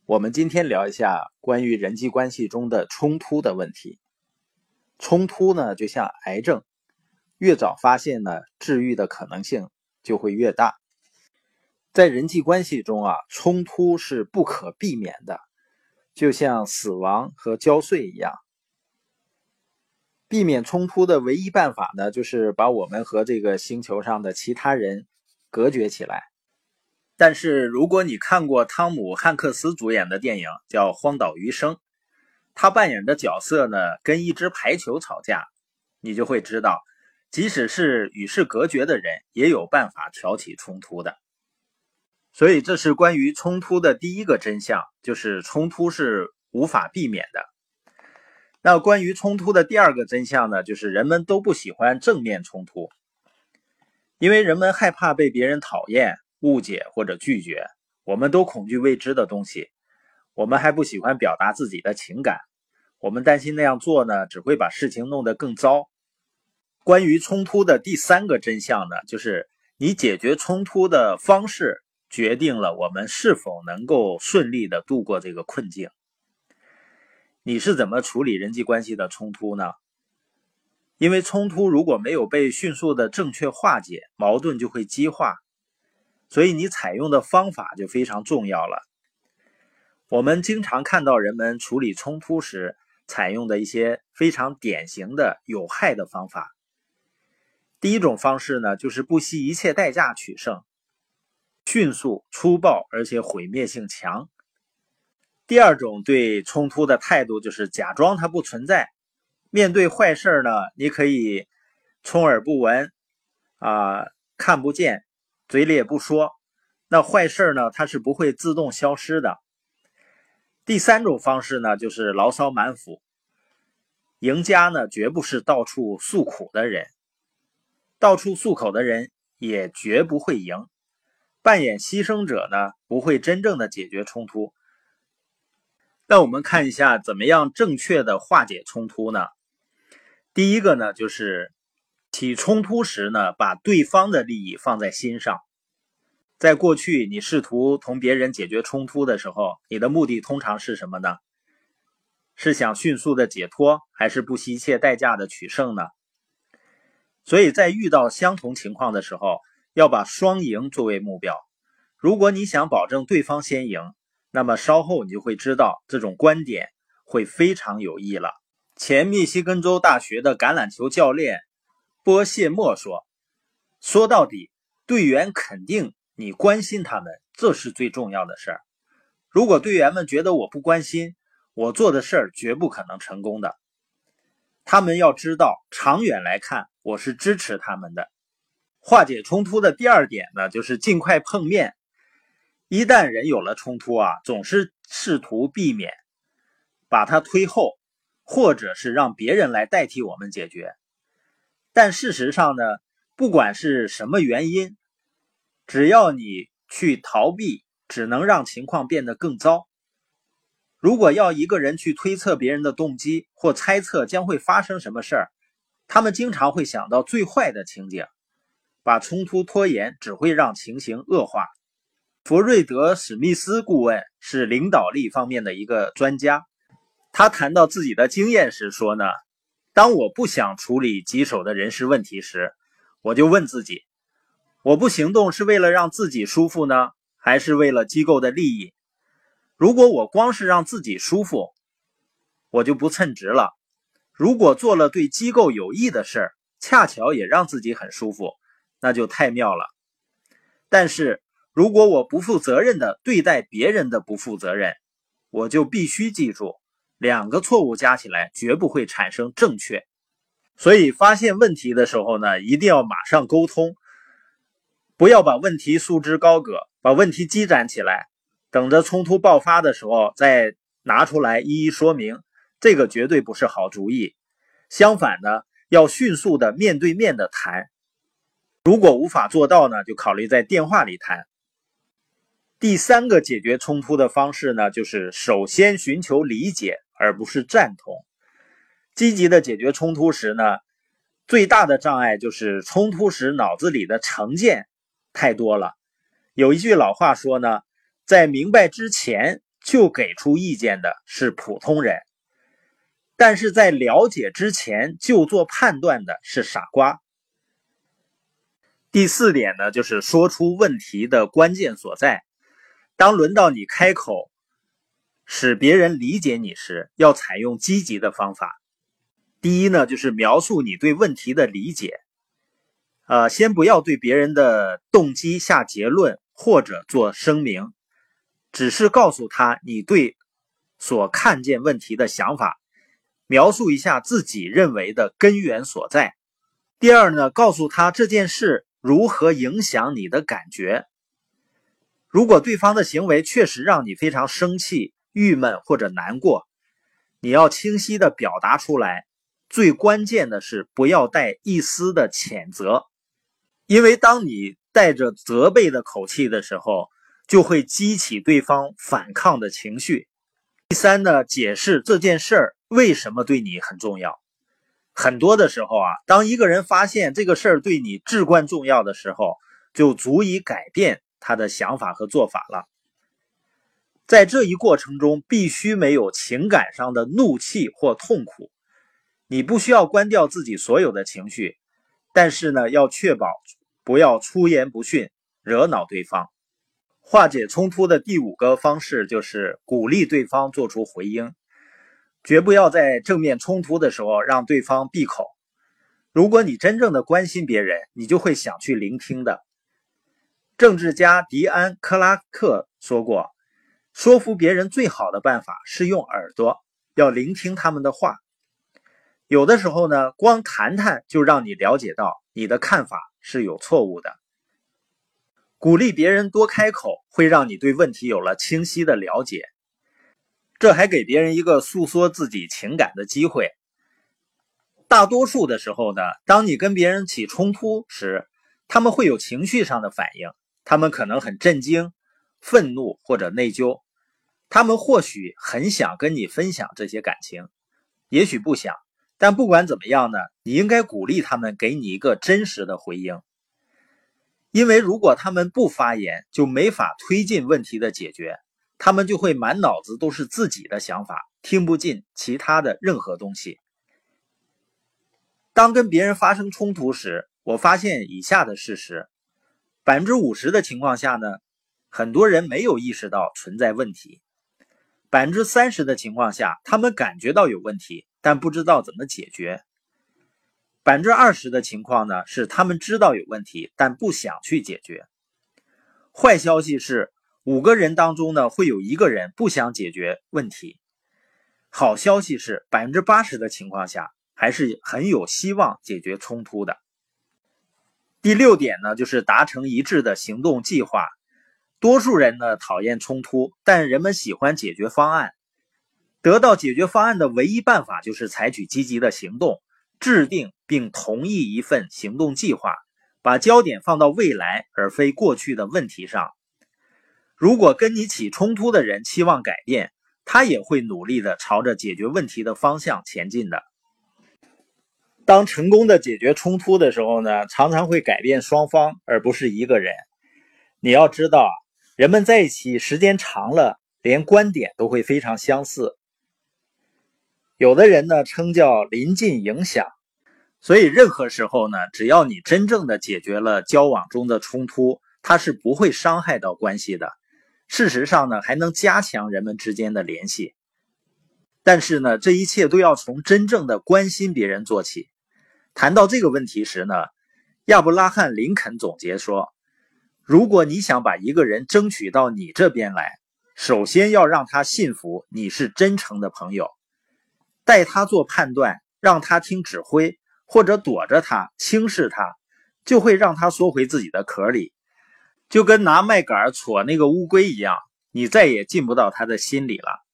我们今天聊一下关于人际关系中的冲突的问题。冲突呢，就像癌症，越早发现呢，治愈的可能性就会越大。在人际关系中啊，冲突是不可避免的，就像死亡和交税一样。避免冲突的唯一办法呢，就是把我们和这个星球上的其他人隔绝起来。但是如果你看过汤姆·汉克斯主演的电影叫《荒岛余生》，他扮演的角色呢跟一只排球吵架，你就会知道，即使是与世隔绝的人也有办法挑起冲突的。所以这是关于冲突的第一个真相，就是冲突是无法避免的。那关于冲突的第二个真相呢，就是人们都不喜欢正面冲突，因为人们害怕被别人讨厌、误解或者拒绝，我们都恐惧未知的东西，我们还不喜欢表达自己的情感，我们担心那样做呢，只会把事情弄得更糟。关于冲突的第三个真相呢，就是你解决冲突的方式决定了我们是否能够顺利地度过这个困境。你是怎么处理人际关系的冲突呢？因为冲突如果没有被迅速的正确化解，矛盾就会激化，所以你采用的方法就非常重要了。我们经常看到人们处理冲突时采用的一些非常典型的有害的方法。第一种方式呢，就是不惜一切代价取胜，迅速、粗暴而且毁灭性强。第二种对冲突的态度就是假装它不存在。面对坏事呢，你可以充耳不闻看不见，嘴里也不说，那坏事呢，它是不会自动消失的。第三种方式呢，就是牢骚满腹。赢家呢，绝不是到处诉苦的人，到处诉口的人也绝不会赢。扮演牺牲者呢，不会真正的解决冲突。那我们看一下怎么样正确的化解冲突呢？第一个呢，就是起冲突时呢，把对方的利益放在心上。在过去你试图同别人解决冲突的时候，你的目的通常是什么呢？是想迅速的解脱，还是不惜一切代价的取胜呢？所以在遇到相同情况的时候，要把双赢作为目标。如果你想保证对方先赢，那么稍后你就会知道这种观点会非常有益了。前密西根州大学的橄榄球教练波谢默说到底，队员肯定你关心他们，这是最重要的事儿。如果队员们觉得我不关心，我做的事儿绝不可能成功的。他们要知道，长远来看，我是支持他们的。化解冲突的第二点呢，就是尽快碰面。一旦人有了冲突总是试图避免，把它推后，或者是让别人来代替我们解决。但事实上呢，不管是什么原因，只要你去逃避，只能让情况变得更糟。如果要一个人去推测别人的动机，或猜测将会发生什么事儿，他们经常会想到最坏的情景，把冲突拖延只会让情形恶化。弗瑞德·史密斯顾问是领导力方面的一个专家，他谈到自己的经验时说呢，当我不想处理棘手的人事问题时，我就问自己，我不行动是为了让自己舒服呢，还是为了机构的利益？如果我光是让自己舒服，我就不称职了。如果做了对机构有益的事，恰巧也让自己很舒服，那就太妙了。但是如果我不负责任地对待别人的不负责任，我就必须记住，两个错误加起来绝不会产生正确。所以发现问题的时候呢，一定要马上沟通，不要把问题束之高阁，把问题积攒起来，等着冲突爆发的时候再拿出来一一说明，这个绝对不是好主意。相反呢，要迅速的面对面的谈。如果无法做到呢，就考虑在电话里谈。第三个解决冲突的方式呢，就是首先寻求理解，而不是赞同。积极的解决冲突时呢，最大的障碍就是冲突时脑子里的成见太多了。有一句老话说呢，在明白之前就给出意见的是普通人，但是在了解之前就做判断的是傻瓜。第4点呢，就是说出问题的关键所在。当轮到你开口使别人理解你时，要采用积极的方法。第一呢，就是描述你对问题的理解。先不要对别人的动机下结论或者做声明，只是告诉他你对所看见问题的想法，描述一下自己认为的根源所在。第二呢，告诉他这件事如何影响你的感觉。如果对方的行为确实让你非常生气、郁闷或者难过，你要清晰地表达出来。最关键的是不要带一丝的谴责，因为当你带着责备的口气的时候，就会激起对方反抗的情绪。第3呢，解释这件事儿为什么对你很重要。很多的时候当一个人发现这个事儿对你至关重要的时候，就足以改变他的想法和做法了。在这一过程中，必须没有情感上的怒气或痛苦。你不需要关掉自己所有的情绪，但是呢，要确保不要出言不逊，惹恼对方。化解冲突的第5个方式就是鼓励对方做出回应，绝不要在正面冲突的时候让对方闭口。如果你真正的关心别人，你就会想去聆听的。政治家迪安·克拉克说过，说服别人最好的办法是用耳朵，要聆听他们的话。有的时候呢，光谈谈就让你了解到你的看法是有错误的。鼓励别人多开口，会让你对问题有了清晰的了解。这还给别人一个诉说自己情感的机会。大多数的时候呢，当你跟别人起冲突时，他们会有情绪上的反应，他们可能很震惊、愤怒或者内疚。他们或许很想跟你分享这些感情，也许不想。但不管怎么样呢，你应该鼓励他们给你一个真实的回应。因为如果他们不发言，就没法推进问题的解决，他们就会满脑子都是自己的想法，听不进其他的任何东西。当跟别人发生冲突时，我发现以下的事实：50%的情况下呢，很多人没有意识到存在问题；30%的情况下，他们感觉到有问题，但不知道怎么解决；20%的情况呢，是他们知道有问题，但不想去解决。坏消息是，5个人当中呢，会有1个人不想解决问题。好消息是，80%的情况下，还是很有希望解决冲突的。第6点呢，就是达成一致的行动计划。多数人呢讨厌冲突，但人们喜欢解决方案。得到解决方案的唯一办法就是采取积极的行动，制定并同意一份行动计划，把焦点放到未来而非过去的问题上。如果跟你起冲突的人期望改变，他也会努力地朝着解决问题的方向前进的。当成功的解决冲突的时候呢，常常会改变双方，而不是一个人。你要知道，人们在一起时间长了，连观点都会非常相似。有的人呢称叫临近影响，所以任何时候呢，只要你真正的解决了交往中的冲突，它是不会伤害到关系的。事实上呢，还能加强人们之间的联系。但是呢，这一切都要从真正的关心别人做起。谈到这个问题时呢，亚伯拉罕·林肯总结说，如果你想把一个人争取到你这边来，首先要让他信服你是真诚的朋友。带他做判断，让他听指挥，或者躲着他，轻视他，就会让他缩回自己的壳里，就跟拿麦秆戳那个乌龟一样，你再也进不到他的心里了。